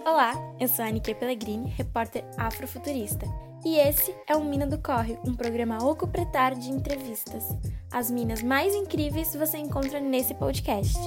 Olá, eu sou a Anike Pellegrini, repórter afrofuturista. E esse é o Mina do Corre, um programa oco pretar de entrevistas. As minas mais incríveis você encontra nesse podcast.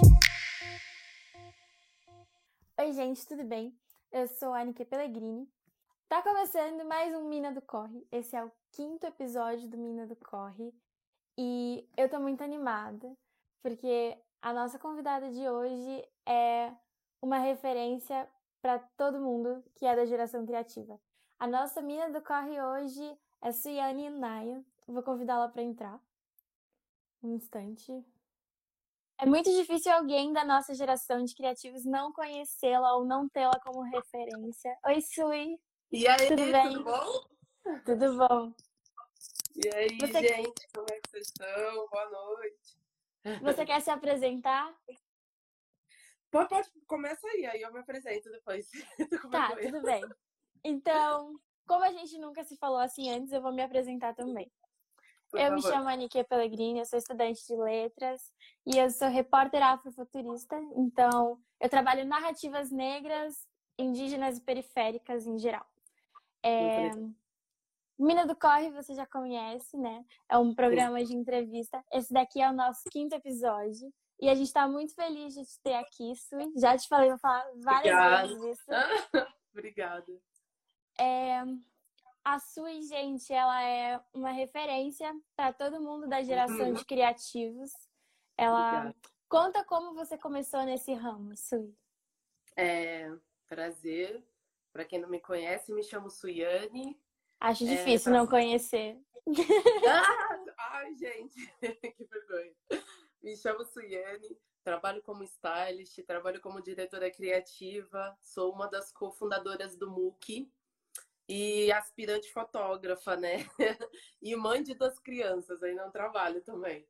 Oi gente, tudo bem? Eu sou a Anike Pellegrini. Tá começando mais um Mina do Corre. Esse é o 5º episódio do Mina do Corre. E eu tô muito animada, porque a nossa convidada de hoje é uma referência para todo mundo que é da geração criativa. A nossa mina do corre hoje é Suiane Naya. Vou convidá-la para entrar. Um instante. É muito difícil alguém da nossa geração de criativos não conhecê-la ou não tê-la como referência. Oi, Sui. E aí, tudo bem? Tudo bom? Tudo bom. E aí, gente, como é que vocês estão? Boa noite. Você quer se apresentar? Pode, começa aí eu me apresento depois. Tá, tudo bem. Então, como a gente nunca se falou assim antes, eu vou me apresentar também. Eu me chamo Anike Pellegrini, eu sou estudante de letras e eu sou repórter afrofuturista. Então, eu trabalho narrativas negras, indígenas e periféricas em geral. Mina do Corre você já conhece, né? É um programa de entrevista. Esse daqui é o nosso 5º episódio. E a gente tá muito feliz de te ter aqui, Sui. Já te falei, vou falar várias vezes isso. Obrigada. A Sui, gente, ela é uma referência para todo mundo da geração de criativos. Ela conta como você começou nesse ramo, Sui. Prazer. Para quem não me conhece, me chamo Suiane. Acho difícil não conhecer. Ai, gente, que vergonha. Me chamo Suiane, trabalho como stylist, trabalho como diretora criativa, sou uma das cofundadoras do MOOC e aspirante fotógrafa, né? E mãe de 2 crianças, aí não trabalho também.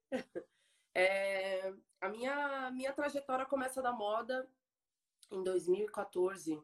A minha trajetória começa da moda em 2014.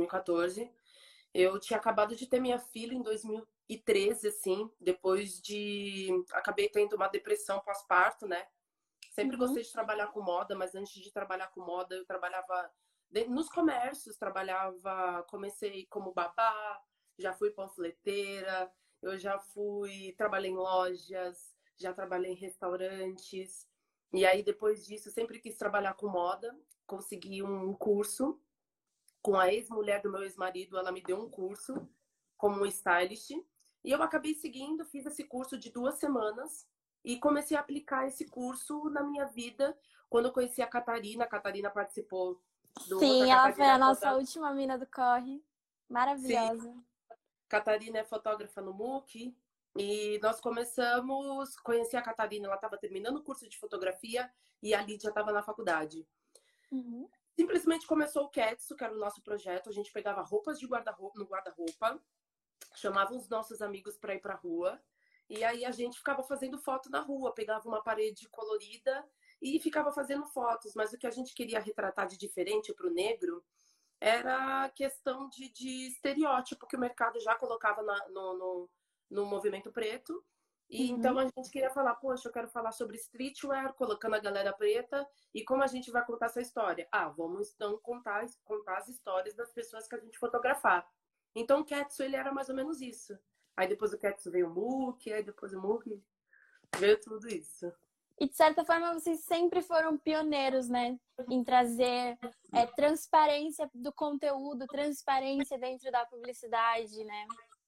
Eu tinha acabado de ter minha filha em 2013, assim, depois de... Acabei tendo uma depressão pós-parto, né? Sempre gostei de trabalhar com moda, mas antes de trabalhar com moda, eu trabalhava nos comércios, comecei como babá, já fui panfleteira, trabalhei em lojas, já trabalhei em restaurantes. E aí, depois disso, sempre quis trabalhar com moda, consegui um curso com a ex-mulher do meu ex-marido, ela me deu um curso como stylist. E eu acabei seguindo, fiz esse curso de 2 semanas e comecei a aplicar esse curso na minha vida. Quando eu conheci a Catarina participou do... Sim, ela foi a nossa última mina do corre. Maravilhosa. Sim. Catarina é fotógrafa no MOOC. E nós conheci a Catarina, ela estava terminando o curso de fotografia e a Lídia estava na faculdade. Simplesmente começou o Ketsu, que era o nosso projeto. A gente pegava roupas de no guarda-roupa, chamava os nossos amigos para ir para a rua. E aí a gente ficava fazendo foto na rua, pegava uma parede colorida e ficava fazendo fotos. Mas o que a gente queria retratar de diferente para o negro era a questão de estereótipo que o mercado já colocava no movimento preto. E então a gente queria falar, poxa, eu quero falar sobre streetwear, colocando a galera preta. E como a gente vai contar essa história? Vamos então contar as histórias das pessoas que a gente fotografar. Então o Ketsu, ele era mais ou menos isso. Aí depois do Ketsu veio o MOOC, aí depois o MOOC veio tudo isso. E de certa forma vocês sempre foram pioneiros, né? Em trazer transparência do conteúdo, transparência dentro da publicidade, né?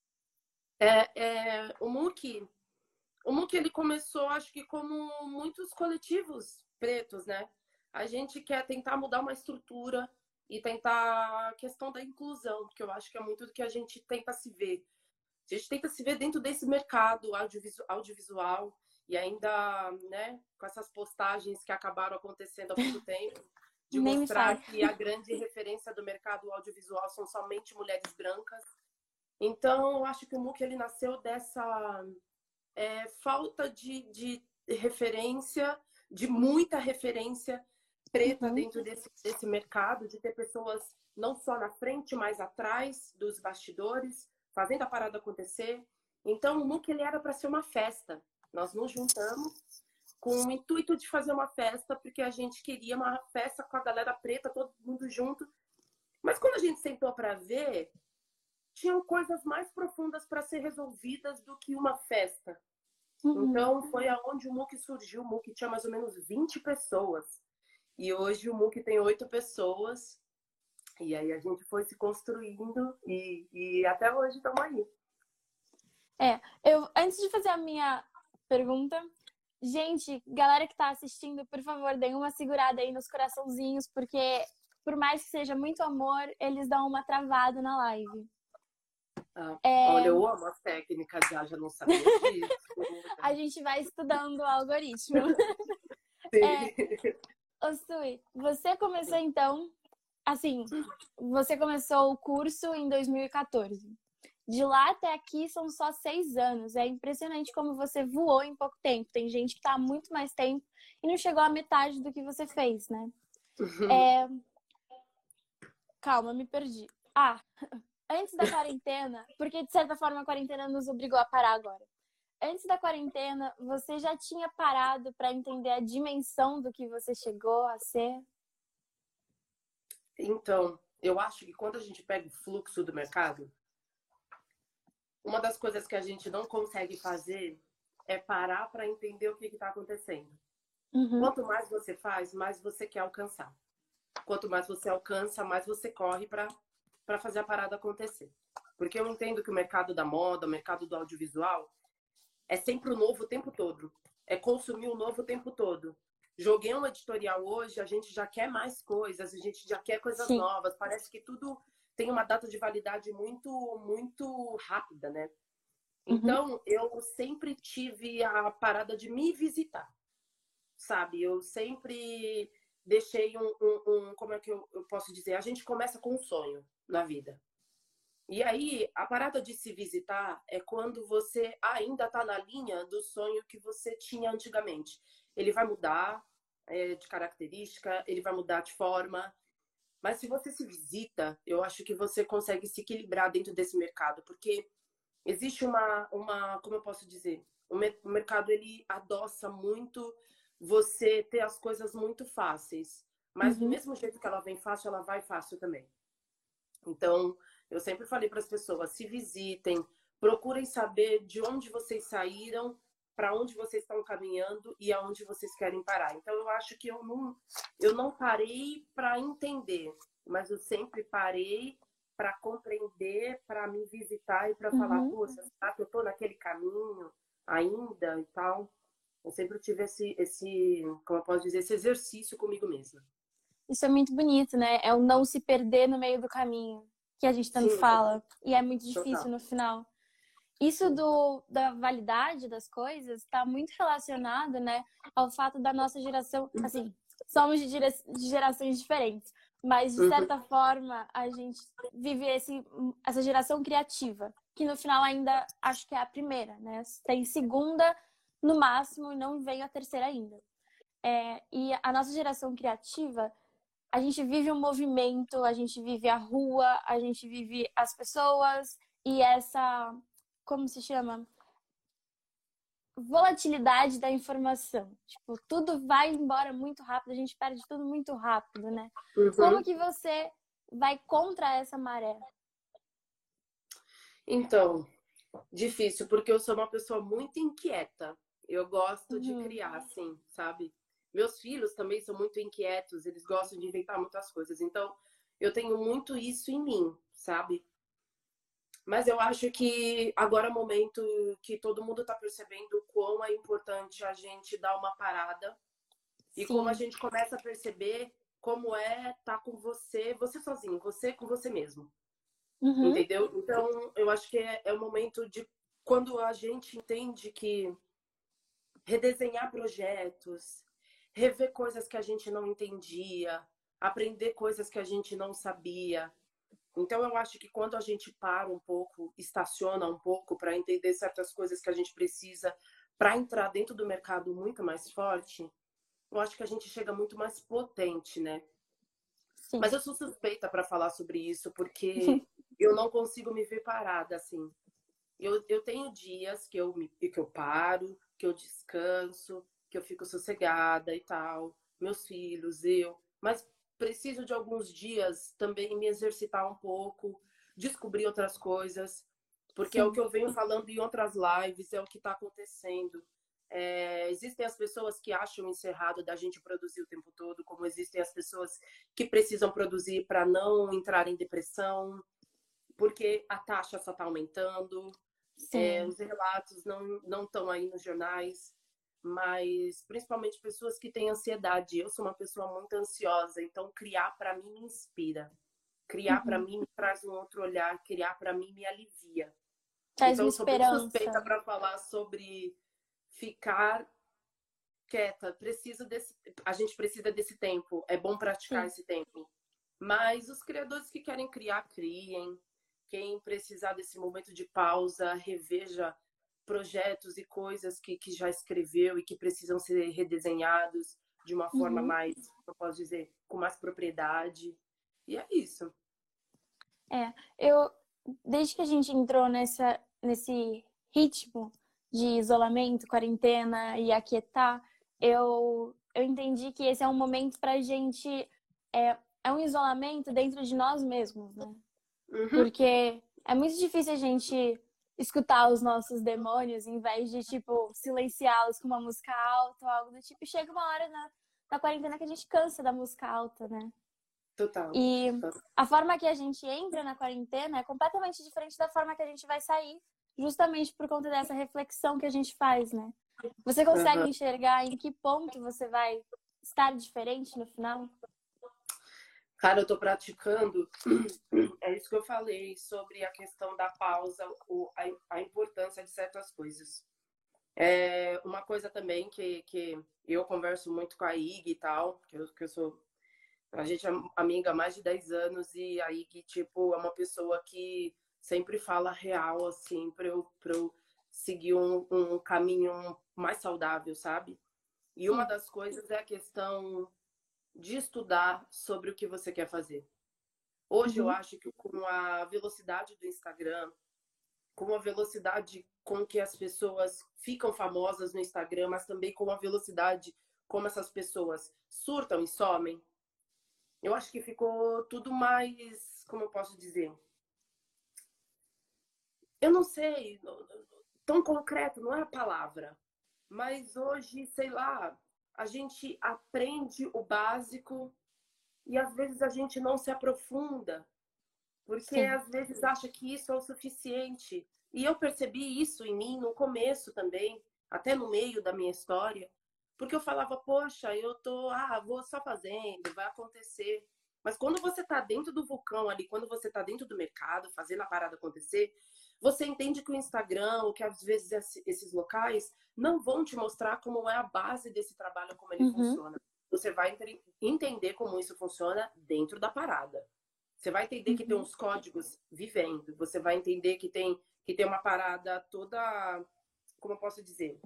O MOOC, ele começou, acho que como muitos coletivos pretos, né? A gente quer tentar mudar uma estrutura e tentar a questão da inclusão, porque eu acho que é muito do que a gente tenta se ver. A gente tenta se ver dentro desse mercado audiovisual e ainda, né, com essas postagens que acabaram acontecendo há pouco tempo, de mostrar que a grande referência do mercado audiovisual são somente mulheres brancas. Então, eu acho que o MOOC, ele nasceu dessa falta de referência, de muita referência preta dentro desse mercado, de ter pessoas não só na frente, mas atrás dos bastidores, fazendo a parada acontecer. Então, o MOOC, ele era para ser uma festa. Nós nos juntamos com o intuito de fazer uma festa, porque a gente queria uma festa com a galera preta, todo mundo junto. Mas quando a gente sentou para ver, tinham coisas mais profundas para ser resolvidas do que uma festa. Então, foi aonde o MOOC surgiu. O MOOC tinha mais ou menos 20 pessoas. E hoje o MOOC tem 8 pessoas. E aí a gente foi se construindo e até hoje estamos aí. Antes de fazer a minha pergunta, gente, galera que tá assistindo, por favor, deem uma segurada aí nos coraçãozinhos, porque por mais que seja muito amor, eles dão uma travada na live. Olha, eu amo as técnicas, já não sabia disso. A gente vai estudando o algoritmo. Ô, Sui, você começou então, assim, você começou o curso em 2014. De lá até aqui são só 6 anos. É impressionante como você voou em pouco tempo. Tem gente que tá há muito mais tempo e não chegou à metade do que você fez, né? Calma, me perdi. Antes da quarentena, porque de certa forma a quarentena nos obrigou a parar agora. Antes da quarentena, você já tinha parado para entender a dimensão do que você chegou a ser? Então, eu acho que quando a gente pega o fluxo do mercado, uma das coisas que a gente não consegue fazer é parar para entender o que está acontecendo. Quanto mais você faz, mais você quer alcançar. Quanto mais você alcança, mais você corre para fazer a parada acontecer. Porque eu entendo que o mercado da moda, o mercado do audiovisual, é sempre o novo o tempo todo. É consumir o novo o tempo todo. Joguei um editorial hoje, a gente já quer mais coisas, a gente já quer coisas novas. Parece que tudo tem uma data de validade muito, muito rápida, né? Então, eu sempre tive a parada de me visitar, sabe? Eu sempre deixei como é que eu posso dizer? A gente começa com um sonho na vida. E aí, a parada de se visitar é quando você ainda está na linha do sonho que você tinha antigamente. Ele vai mudar de característica, ele vai mudar de forma. Mas se você se visita, eu acho que você consegue se equilibrar dentro desse mercado. Porque existe como eu posso dizer? O mercado, ele adoça muito você ter as coisas muito fáceis. Mas do mesmo jeito que ela vem fácil, ela vai fácil também. Então, eu sempre falei para as pessoas, se visitem, procurem saber de onde vocês saíram, para onde vocês estão caminhando e aonde vocês querem parar. Então, eu acho que eu não parei para entender, mas eu sempre parei para compreender, para me visitar e para falar, poxa, será que eu estou naquele caminho ainda e tal? Eu sempre tive como eu posso dizer, esse exercício comigo mesma. Isso é muito bonito, né? É o não se perder no meio do caminho, que a gente tanto fala. E é muito difícil no final. Isso da validade das coisas está muito relacionado, né, ao fato da nossa geração, assim, somos de gerações diferentes, mas de certa forma a gente vive essa geração criativa, que no final ainda acho que é a primeira, né? Tem segunda no máximo e não vem a terceira ainda. E a nossa geração criativa, a gente vive um movimento, a gente vive a rua, a gente vive as pessoas e essa, como se chama? Volatilidade da informação. Tipo, tudo vai embora muito rápido, a gente perde tudo muito rápido, né? Como que você vai contra essa maré? Então, difícil, porque eu sou uma pessoa muito inquieta. Eu gosto de criar, assim, sabe? Meus filhos também são muito inquietos, eles gostam de inventar muitas coisas. Então, eu tenho muito isso em mim, sabe? Mas eu acho que agora é o momento que todo mundo está percebendo o quão é importante a gente dar uma parada. E como a gente começa a perceber como é estar com você sozinho, você com você mesmo. Entendeu? Então, eu acho que é o momento de quando a gente entende que redesenhar projetos, rever coisas que a gente não entendia, aprender coisas que a gente não sabia. Então, eu acho que quando a gente para um pouco, estaciona um pouco para entender certas coisas que a gente precisa para entrar dentro do mercado muito mais forte, eu acho que a gente chega muito mais potente, né? Sim. Mas eu sou suspeita para falar sobre isso, porque eu não consigo me ver parada, assim. Eu tenho dias que eu paro, que eu descanso, que eu fico sossegada e tal. Meus filhos, eu. Mas preciso de alguns dias também me exercitar um pouco, descobrir outras coisas, porque é o que eu venho falando em outras lives, é o que está acontecendo. Existem as pessoas que acham isso errado da gente produzir o tempo todo, como existem as pessoas que precisam produzir para não entrar em depressão, porque a taxa só está aumentando, os relatos não estão aí nos jornais, mas principalmente pessoas que têm ansiedade. Eu sou uma pessoa muito ansiosa, então criar para mim me inspira. Criar para mim me traz um outro olhar, criar para mim me alivia. Traz Então uma eu sou bem esperança. suspeita para falar sobre ficar quieta. A gente precisa desse tempo. É bom praticar esse tempo. Mas os criadores que querem criar, criem. Quem precisar desse momento de pausa, reveja projetos e coisas que já escreveu e que precisam ser redesenhados de uma forma mais, eu posso dizer, com mais propriedade. E é isso. Desde que a gente entrou nesse ritmo de isolamento, quarentena e aquietar, eu entendi que esse é um momento pra gente, é um isolamento dentro de nós mesmos, né? Porque é muito difícil a gente escutar os nossos demônios em vez de, tipo, silenciá-los com uma música alta ou algo do tipo. E chega uma hora na quarentena que a gente cansa da música alta, né? Total. E a forma que a gente entra na quarentena é completamente diferente da forma que a gente vai sair, justamente por conta dessa reflexão que a gente faz, né? Você consegue enxergar em que ponto você vai estar diferente no final? Cara, eu tô praticando, é isso que eu falei sobre a questão da pausa, a importância de certas coisas. Uma coisa também que eu converso muito com a IG e tal, que eu sou. A gente é amiga há mais de 10 anos e a IG, tipo, é uma pessoa que sempre fala real, assim, pra eu seguir um caminho mais saudável, sabe? E uma das coisas é a questão de estudar sobre o que você quer fazer. Hoje eu acho que com a velocidade do Instagram, com a velocidade com que as pessoas ficam famosas no Instagram, mas também com a velocidade como essas pessoas surtam e somem, eu acho que ficou tudo mais, como eu posso dizer? Eu não sei, tão concreto, não é a palavra. Mas hoje, sei lá, a gente aprende o básico e às vezes a gente não se aprofunda, porque às vezes acha que isso é o suficiente. E eu percebi isso em mim no começo também, até no meio da minha história, porque eu falava, poxa, vou só fazendo, vai acontecer. Mas quando você tá dentro do vulcão ali, quando você tá dentro do mercado, fazendo a parada acontecer, você entende que o Instagram, ou que às vezes esses locais não vão te mostrar como é a base desse trabalho, como ele funciona. Você vai entender como isso funciona dentro da parada. Você vai entender que tem uns códigos vivendo. Você vai entender que tem uma parada toda, como eu posso dizer,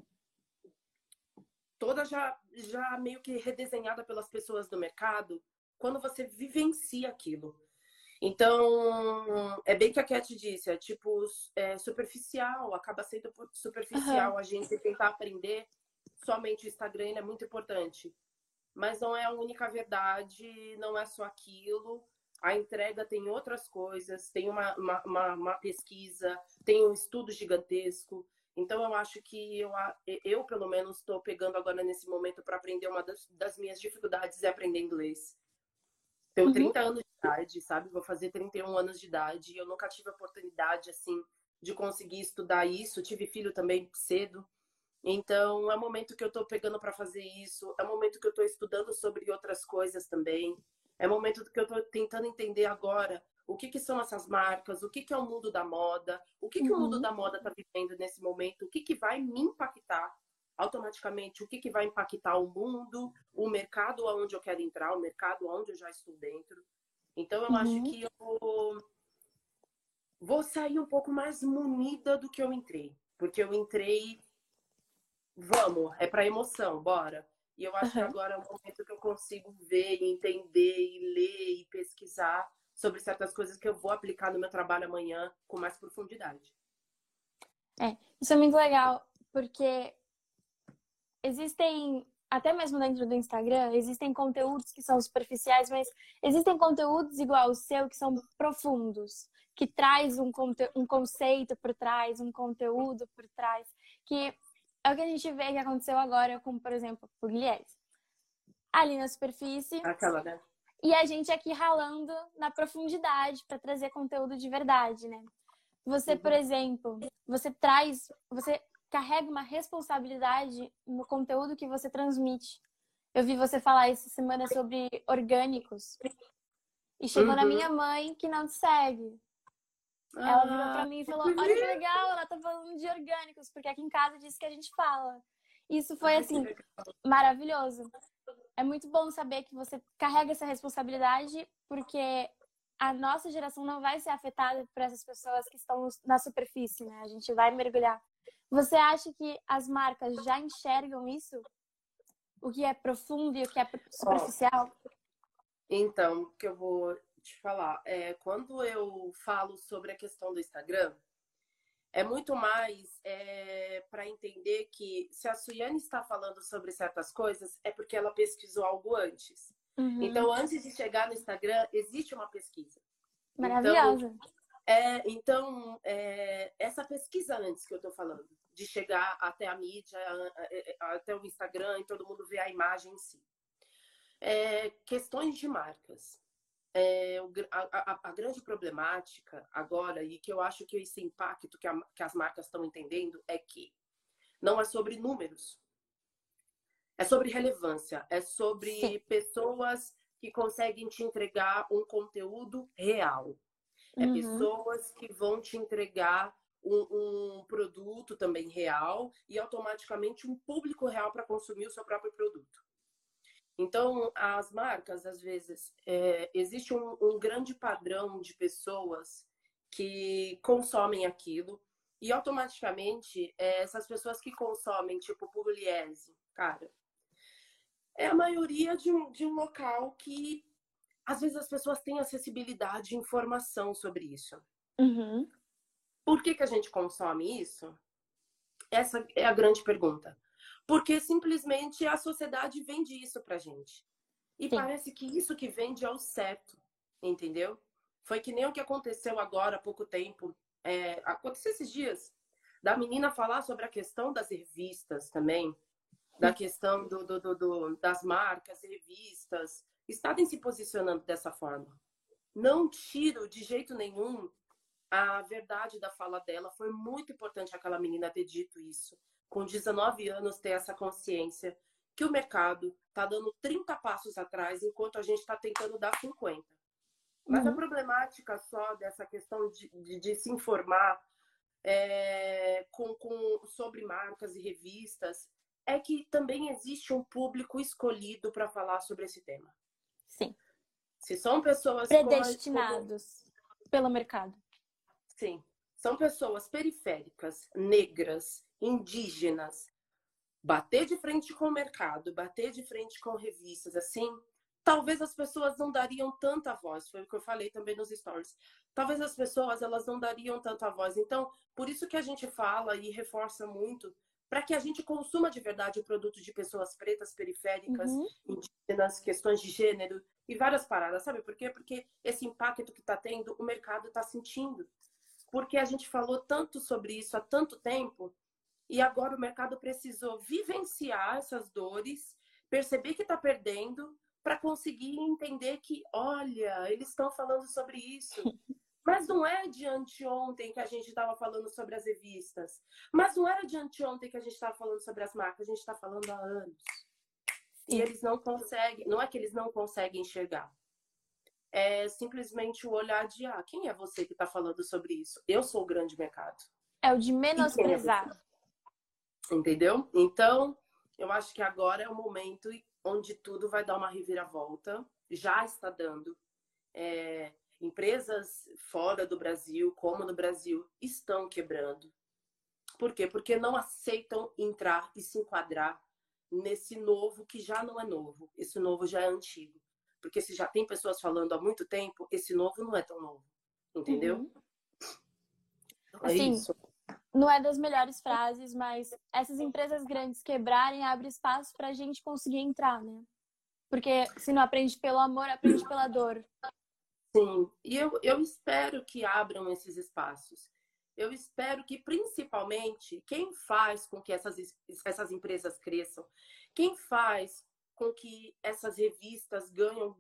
toda já meio que redesenhada pelas pessoas do mercado, quando você vivencia aquilo. Então, é bem que a Cat disse, superficial, acaba sendo superficial a gente tentar aprender somente o Instagram, é muito importante. Mas não é a única verdade, não é só aquilo. A entrega tem outras coisas, tem uma pesquisa, tem um estudo gigantesco. Então, eu acho que eu pelo menos, estou pegando agora nesse momento para aprender. Uma das minhas dificuldades é aprender inglês. Tenho 30 anos de idade, sabe? Vou fazer 31 anos de idade. E eu nunca tive a oportunidade, assim, de conseguir estudar isso. Tive filho também cedo. Então, é o momento que eu estou pegando para fazer isso. É o momento que eu estou estudando sobre outras coisas também. É o momento que eu estou tentando entender agora o que são essas marcas, o que é o mundo da moda, o que o mundo da moda está vivendo nesse momento, o que vai me impactar automaticamente, o que vai impactar o mundo, o mercado aonde eu quero entrar, o mercado onde eu já estou dentro. Então, eu acho que eu vou sair um pouco mais munida do que eu entrei. Porque eu entrei, vamos, é para emoção, bora. E eu acho que agora é o momento que eu consigo ver, entender, e ler e pesquisar sobre certas coisas que eu vou aplicar no meu trabalho amanhã com mais profundidade. Isso é muito legal, porque existem até mesmo dentro do Instagram, existem conteúdos que são superficiais, mas existem conteúdos igual o seu que são profundos, que traz um conceito por trás, um conteúdo por trás, que é o que a gente vê que aconteceu agora com, por exemplo, Pugliese. Ali na superfície. Aquela, né? E a gente aqui ralando na profundidade para trazer conteúdo de verdade, né? Você, por exemplo, você carrega uma responsabilidade no conteúdo que você transmite. Eu vi você falar essa semana sobre orgânicos. E chegou na minha mãe que não te segue. Ela virou pra mim e falou, olha que legal, ela tá falando de orgânicos, porque aqui em casa diz que a gente fala. Isso foi, assim, maravilhoso. É muito bom saber que você carrega essa responsabilidade, porque a nossa geração não vai ser afetada por essas pessoas que estão na superfície, né? A gente vai mergulhar. Você acha que as marcas já enxergam isso? O que é profundo e o que é superficial? Então, o que eu vou te falar quando eu falo sobre a questão do Instagram, é muito mais para entender que se a Suiane está falando sobre certas coisas, é porque ela pesquisou algo antes. Então, antes de chegar no Instagram, existe uma pesquisa. Maravilhosa. Então, essa pesquisa antes que eu estou falando, de chegar até a mídia, até o Instagram e todo mundo ver a imagem em si. Questões de marcas. A grande problemática agora, e que eu acho que esse impacto que as marcas estão entendendo, é que não é sobre números, é sobre relevância, é sobre pessoas que conseguem te entregar um conteúdo real. Pessoas que vão te entregar um produto também real e automaticamente um público real para consumir o seu próprio produto. Então, as marcas, às vezes, existe um grande padrão de pessoas que consomem aquilo e automaticamente essas pessoas que consomem, tipo Pugliese, cara, é a maioria de um local que às vezes as pessoas têm acessibilidade e informação sobre isso. Por que a gente consome isso? Essa é a grande pergunta. Porque simplesmente a sociedade vende isso pra gente. E parece que isso que vende é o certo, entendeu? Foi que nem o que aconteceu agora há pouco tempo. Aconteceu esses dias, da menina falar sobre a questão das revistas também, da questão das marcas e revistas, estarem se posicionando dessa forma. Não tiro de jeito nenhum a verdade da fala dela. Foi muito importante aquela menina ter dito isso. Com 19 anos, ter essa consciência que o mercado está dando 30 passos atrás, enquanto a gente está tentando dar 50. Mas a problemática só dessa questão de se informar sobre marcas e revistas é que também existe um público escolhido para falar sobre esse tema. Sim. Se são pessoas predestinados pelo mercado. Sim. São pessoas periféricas, negras, indígenas. Bater de frente com o mercado, bater de frente com revistas, assim, talvez as pessoas não dariam tanta voz. Foi o que eu falei também nos stories. Talvez as pessoas, elas não dariam tanta voz. Então, por isso que a gente fala e reforça muito, para que a gente consuma de verdade o produto de pessoas pretas, periféricas, indígenas, questões de gênero e várias paradas. Sabe por quê? Porque esse impacto que está tendo, o mercado está sentindo. Porque a gente falou tanto sobre isso há tanto tempo e agora o mercado precisou vivenciar essas dores, perceber que está perdendo, para conseguir entender que, olha, eles estão falando sobre isso. Mas não é de anteontem que a gente estava falando sobre as revistas. Mas não era de anteontem que a gente estava falando sobre as marcas. A gente está falando há anos. E eles não conseguem, não é que eles não conseguem enxergar. É simplesmente o olhar de, quem é você que está falando sobre isso? Eu sou o grande mercado. É o de menosprezar. Entendeu? Então, eu acho que agora é o momento onde tudo vai dar uma reviravolta. Já está dando. Empresas fora do Brasil, como no Brasil, estão quebrando. Por quê? Porque não aceitam entrar e se enquadrar nesse novo que já não é novo. Esse novo já é antigo. Porque se já tem pessoas falando há muito tempo, esse novo não é tão novo. Entendeu? Assim, isso. não é das melhores frases, mas essas empresas grandes quebrarem abre espaço para a gente conseguir entrar, né? Porque se não aprende pelo amor, aprende pela dor. Sim, e eu espero que abram esses espaços. Eu espero que, principalmente, quem faz com que essas empresas cresçam, quem faz com que essas revistas ganhem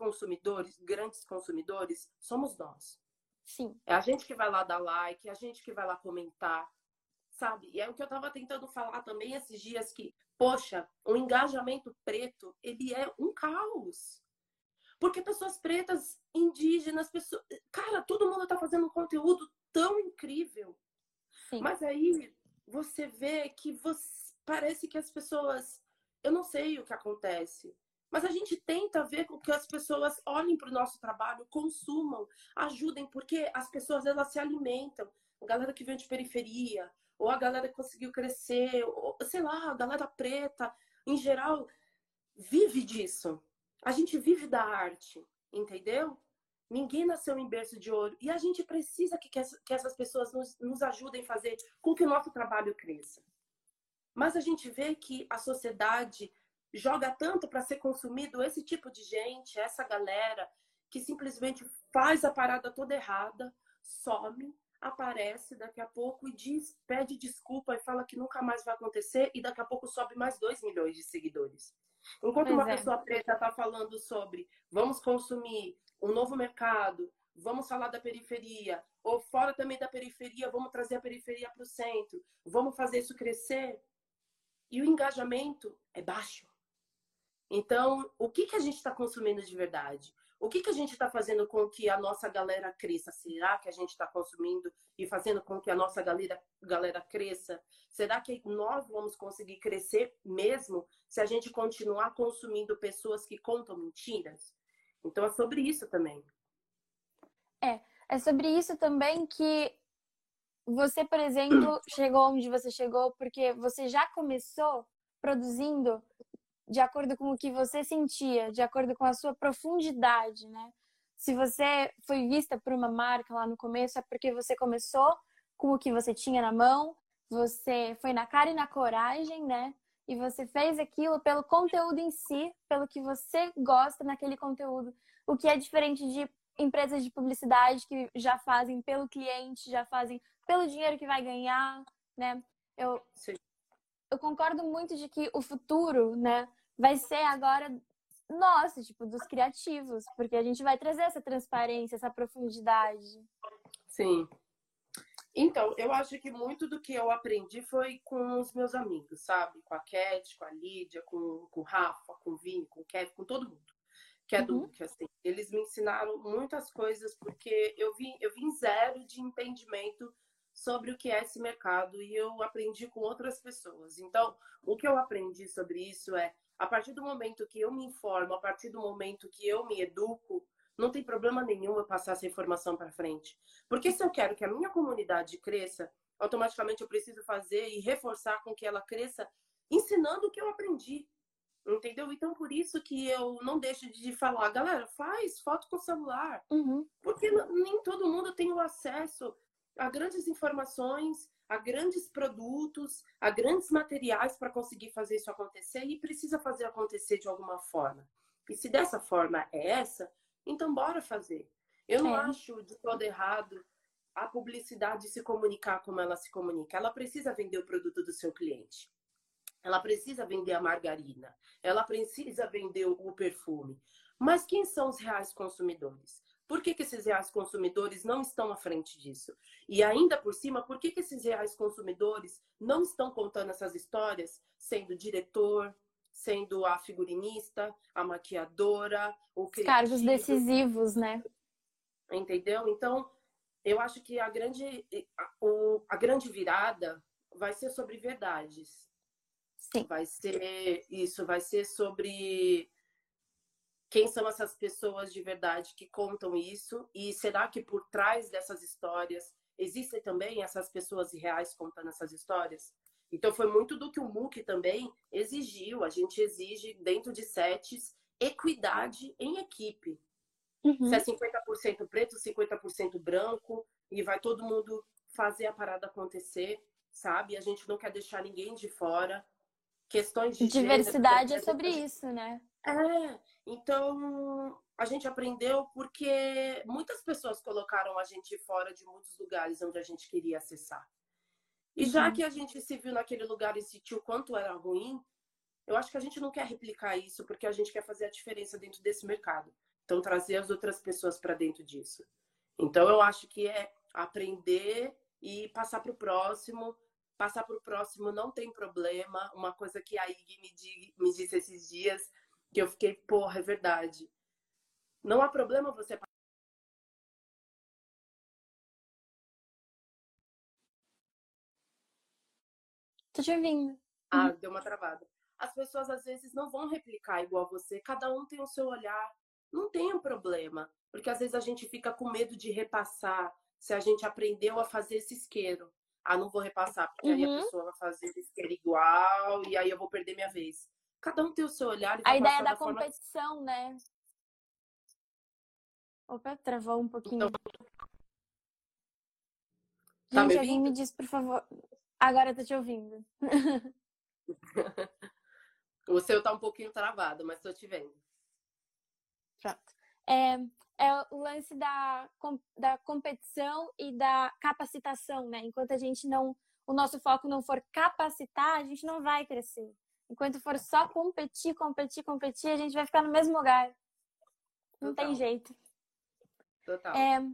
grandes consumidores, somos nós. Sim. É a gente que vai lá dar like, é a gente que vai lá comentar, sabe? E é o que eu estava tentando falar também esses dias que, poxa, o engajamento preto, ele é um caos. Porque pessoas pretas, indígenas, pessoas... Cara, todo mundo tá fazendo um conteúdo tão incrível. Sim. Mas aí você vê que parece que as pessoas... Eu não sei o que acontece. Mas a gente tenta ver com que as pessoas olhem para o nosso trabalho, consumam, ajudem, porque as pessoas elas se alimentam. A galera que vem de periferia, ou a galera que conseguiu crescer, ou, sei lá, a galera preta, em geral, vive disso. A gente vive da arte, entendeu? Ninguém nasceu em berço de ouro. E a gente precisa que essas pessoas nos ajudem a fazer com que o nosso trabalho cresça. Mas a gente vê que a sociedade joga tanto para ser consumido esse tipo de gente, essa galera que simplesmente faz a parada toda errada, some, aparece daqui a pouco e pede desculpa e fala que nunca mais vai acontecer e daqui a pouco sobe mais 2 milhões de seguidores. Enquanto uma pessoa preta está falando sobre vamos consumir um novo mercado, vamos falar da periferia, ou fora também da periferia, vamos trazer a periferia para o centro, vamos fazer isso crescer, e o engajamento é baixo. Então, o que a gente está consumindo de verdade? O que a gente está fazendo com que a nossa galera cresça? Será que a gente está consumindo e fazendo com que a nossa galera cresça? Será que nós vamos conseguir crescer mesmo se a gente continuar consumindo pessoas que contam mentiras? Então, é sobre isso também. É sobre isso também que você, por exemplo, chegou onde você chegou porque você já começou produzindo de acordo com o que você sentia, de acordo com a sua profundidade, né? Se você foi vista por uma marca lá no começo, é porque você começou com o que você tinha na mão, você foi na cara e na coragem, né? E você fez aquilo pelo conteúdo em si, pelo que você gosta naquele conteúdo. O que é diferente de empresas de publicidade que já fazem pelo cliente, já fazem pelo dinheiro que vai ganhar, né? Eu concordo muito de que o futuro, né, vai ser agora nosso, tipo, dos criativos, porque a gente vai trazer essa transparência, essa profundidade. Sim. Então, eu acho que muito do que eu aprendi foi com os meus amigos, sabe? Com a Cat, com a Lídia, com o Rafa, com o Vini, com o Kevin, com todo mundo. Que é do que assim, eles me ensinaram muitas coisas porque eu vim zero de entendimento sobre o que é esse mercado e eu aprendi com outras pessoas. Então, o que eu aprendi sobre isso é, a partir do momento que eu me informo, a partir do momento que eu me educo, não tem problema nenhum eu passar essa informação para frente. Porque se eu quero que a minha comunidade cresça, automaticamente eu preciso fazer e reforçar com que ela cresça ensinando o que eu aprendi. Entendeu? Então, por isso que eu não deixo de falar, galera, faz foto com celular. Porque nem todo mundo tem o acesso a grandes informações, a grandes produtos, a grandes materiais para conseguir fazer isso acontecer e precisa fazer acontecer de alguma forma. E se dessa forma é essa, então bora fazer. Eu não acho de todo errado a publicidade se comunicar como ela se comunica. Ela precisa vender o produto do seu cliente. Ela precisa vender a margarina, ela precisa vender o perfume. Mas quem são os reais consumidores? Por que esses reais consumidores não estão à frente disso? E ainda por cima, por que esses reais consumidores não estão contando essas histórias, sendo diretor, sendo a figurinista, a maquiadora, o criativo? Cargos decisivos, né? Entendeu? Então, eu acho que a grande virada vai ser sobre verdades. Sim. Vai ser isso, vai ser sobre quem são essas pessoas de verdade que contam isso e será que por trás dessas histórias existem também essas pessoas reais contando essas histórias? Então foi muito do que o MOOC também exigiu. A gente exige dentro de sets equidade em equipe. Se é 50% preto, 50% branco e vai todo mundo fazer a parada acontecer, sabe? A gente não quer deixar ninguém de fora. Questões de Diversidade gênero, é sobre isso, né? então a gente aprendeu porque muitas pessoas colocaram a gente fora de muitos lugares onde a gente queria acessar. E já que a gente se viu naquele lugar e sentiu o quanto era ruim, eu acho que a gente não quer replicar isso porque a gente quer fazer a diferença dentro desse mercado. Então, trazer as outras pessoas para dentro disso. Então, eu acho que é aprender e passar para o próximo. Passar para o próximo não tem problema. Uma coisa que a Ig me disse esses dias, que eu fiquei, porra, é verdade. Não há problema você... Tô te ouvindo. Deu uma travada. As pessoas, às vezes, não vão replicar igual você. Cada um tem o seu olhar. Não tem um problema. Porque, às vezes, a gente fica com medo de repassar se a gente aprendeu a fazer esse isqueiro. Não vou repassar, porque aí a pessoa vai fazer esse isqueiro igual e aí eu vou perder minha vez. Cada um tem o seu olhar e vai A ideia passar da da forma... competição, né? Opa, travou um pouquinho. Então, tá me Gente, alguém me ouvindo? diz, por favor. Agora eu tô te ouvindo. O seu tá um pouquinho travado, mas tô te vendo. Pronto. É o lance da competição e da capacitação, né? Enquanto a gente não... O nosso foco não for capacitar, a gente não vai crescer. Enquanto for só competir, a gente vai ficar no mesmo lugar. Não Total. tem jeito. Total.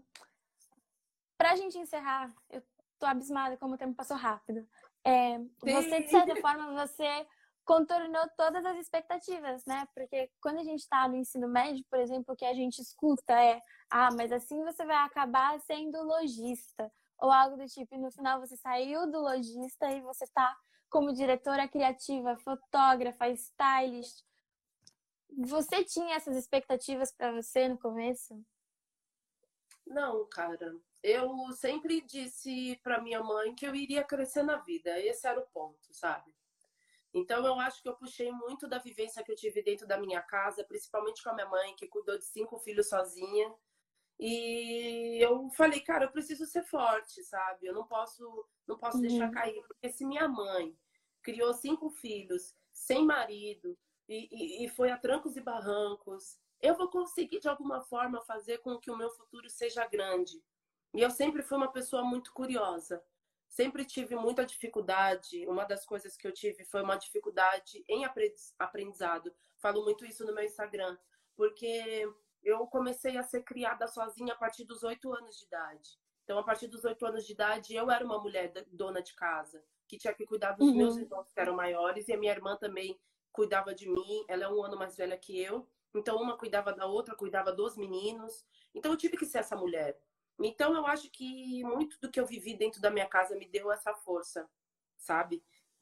Pra gente encerrar, eu tô abismada como o tempo passou rápido. Você, de Sim. certa forma, você contornou todas as expectativas, né? Porque quando a gente tá no ensino médio, por exemplo, o que a gente escuta mas assim você vai acabar sendo lojista. Ou algo do tipo, e no final você saiu do lojista e você tá como diretora criativa, fotógrafa, stylist. Você tinha essas expectativas para você no começo? Não, cara. Eu sempre disse pra minha mãe que eu iria crescer na vida. Esse era o ponto, sabe? Então eu acho que eu puxei muito da vivência que eu tive dentro da minha casa, principalmente com a minha mãe, que cuidou de 5 filhos sozinha. E eu falei, cara, eu preciso ser forte, sabe? Eu não posso deixar cair, porque se minha mãe criou 5 filhos sem marido e foi a trancos e barrancos, eu vou conseguir de alguma forma fazer com que o meu futuro seja grande. E eu sempre fui uma pessoa muito curiosa. Sempre tive muita dificuldade. Uma das coisas que eu tive foi uma dificuldade em aprendizado. Falo muito isso no meu Instagram, porque eu comecei a ser criada sozinha a partir dos 8 anos de idade. Então, a partir dos 8 anos de idade, eu era uma mulher dona de casa, que tinha que cuidar dos meus irmãos que eram maiores, e a minha irmã também cuidava de mim. Ela é um ano mais velha que eu. Então, uma cuidava da outra, cuidava dos meninos. Então, eu tive que ser essa mulher. Então, eu acho que muito do que eu vivi dentro da minha casa me deu essa força, sabe?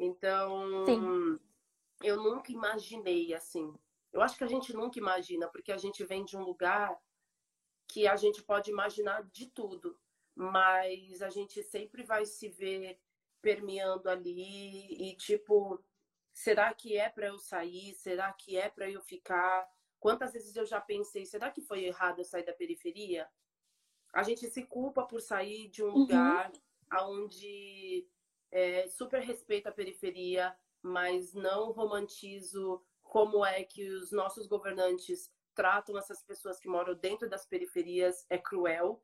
Sim. Então, eu nunca imaginei assim. Eu acho que a gente nunca imagina, porque a gente vem de um lugar que a gente pode imaginar de tudo, mas a gente sempre vai se ver permeando ali e tipo, será que é para eu sair? Será que é para eu ficar? Quantas vezes eu já pensei, será que foi errado eu sair da periferia? A gente se culpa por sair de um lugar onde super respeito a periferia, mas não romantizo como é que os nossos governantes tratam essas pessoas que moram dentro das periferias. É cruel.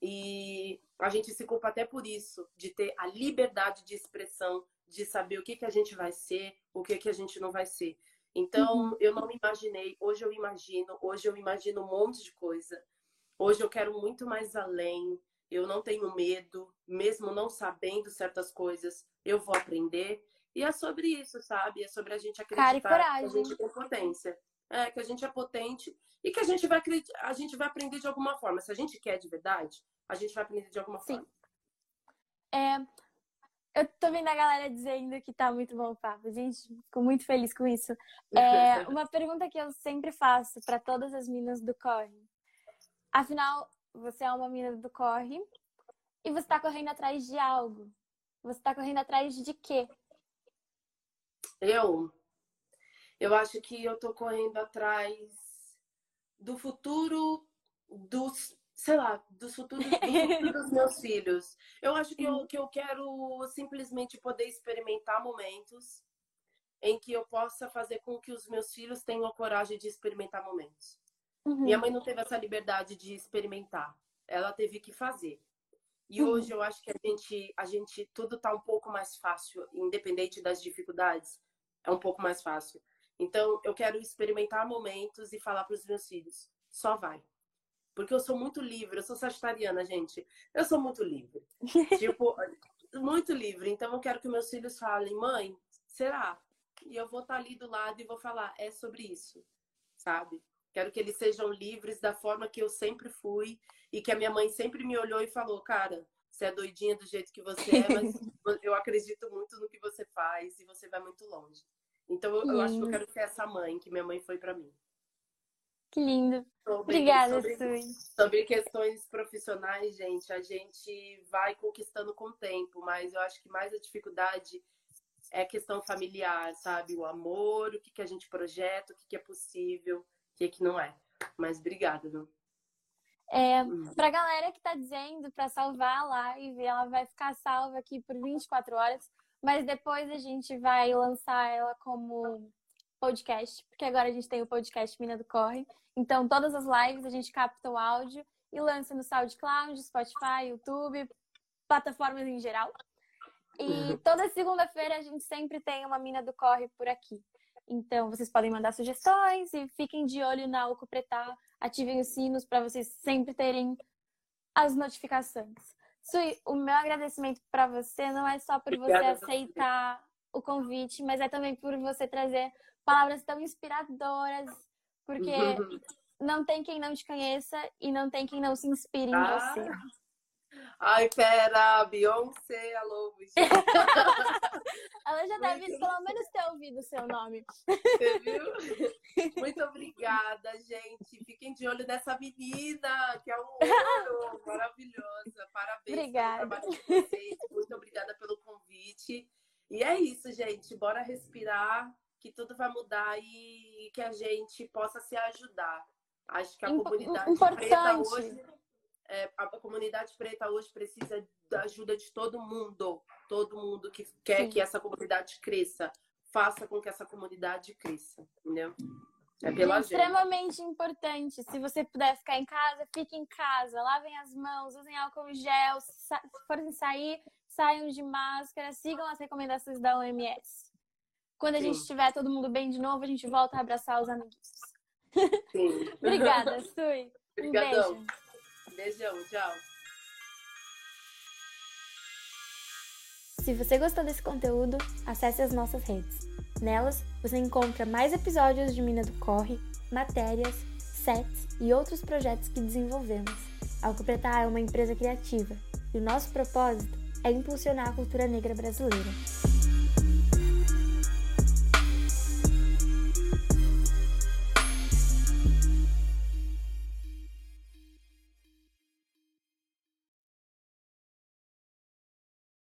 E a gente se culpa até por isso, de ter a liberdade de expressão, de saber o que, que a gente vai ser, o que, que a gente não vai ser. Então, eu não me imaginei. Hoje eu imagino um monte de coisa. Hoje eu quero muito mais além. Eu não tenho medo, mesmo não sabendo certas coisas, eu vou aprender. E é sobre isso, sabe? É sobre a gente Cara e acreditar que a coragem. gente tem potência. Que a gente é potente e que a gente vai aprender de alguma forma. Se a gente quer de verdade, a gente vai aprender de alguma Sim. forma. Eu tô vendo a galera dizendo que tá muito bom o papo. Gente, fico muito feliz com isso. Uma pergunta que eu sempre faço para todas as minas do corre. Afinal, você é uma mina do corre e você tá correndo atrás de algo. Você tá correndo atrás de quê? Eu acho que eu tô correndo atrás do futuro sei lá, do futuro dos meus filhos. Eu acho que eu quero simplesmente poder experimentar momentos em que eu possa fazer com que os meus filhos tenham a coragem de experimentar momentos. Minha mãe não teve essa liberdade de experimentar. Ela teve que fazer. E hoje eu acho que a gente tudo tá um pouco mais fácil, independente das dificuldades, é um pouco mais fácil. Então, eu quero experimentar momentos e falar para os meus filhos, só vai. Porque eu sou muito livre, eu sou sagitariana, gente. Eu sou muito livre. Tipo, muito livre. Então, eu quero que meus filhos falem, mãe, será? E eu vou estar ali do lado e vou falar, é sobre isso, sabe? Quero que eles sejam livres da forma que eu sempre fui e que a minha mãe sempre me olhou e falou, cara, você é doidinha do jeito que você é, mas eu acredito muito no que você faz e você vai muito longe. Então, eu acho que eu quero ser essa mãe que minha mãe foi para mim. Que lindo. Obrigada, Sui. Sobre questões profissionais, gente, a gente vai conquistando com o tempo, mas eu acho que mais a dificuldade é questão familiar, sabe? O amor, o que a gente projeta, o que é possível, o que não é. Mas obrigada, viu? Pra galera que tá dizendo pra salvar a live, ela vai ficar salva aqui por 24 horas, mas depois a gente vai lançar ela como podcast, porque agora a gente tem o podcast Mina do Corre. Então, todas as lives a gente capta o áudio e lança no SoundCloud, Spotify, YouTube, plataformas em geral. E toda segunda-feira a gente sempre tem uma Mina do Corre por aqui. Então, vocês podem mandar sugestões e fiquem de olho na Ocupretar, ativem os sinos para vocês sempre terem as notificações. Sui, o meu agradecimento para você não é só por você aceitar o convite, mas é também por você trazer palavras tão inspiradoras, porque não tem quem não te conheça e não tem quem não se inspire em você. Ai, pera, Beyoncé, alô, Ela já deve pelo menos ter ouvido o seu nome. Você viu? Muito obrigada, gente. Fiquem de olho nessa menina, que é um ouro, maravilhosa. Parabéns obrigada. pelo trabalho de vocês. Muito obrigada pelo convite. E é isso, gente. Bora respirar, que tudo vai mudar e que a gente possa se ajudar. Acho que a comunidade preta hoje... a comunidade preta hoje precisa da ajuda de todo mundo. Todo mundo que quer que essa comunidade cresça. Faça com que essa comunidade cresça. Entendeu? É pela gente. Extremamente importante. Se você puder ficar em casa, fique em casa. Lavem as mãos, usem álcool em gel. Se forem sair, saiam de máscara. Sigam as recomendações da OMS. Quando a gente estiver todo mundo bem de novo, a gente volta a abraçar os amiguinhos. Sim. Obrigada, Sui. Obrigadão. Um beijo. Beijão, tchau. Se você gostou desse conteúdo, acesse as nossas redes. Nelas, você encontra mais episódios de Mina do Corre, matérias, sets e outros projetos que desenvolvemos. A Ocupretar é uma empresa criativa e o nosso propósito é impulsionar a cultura negra brasileira.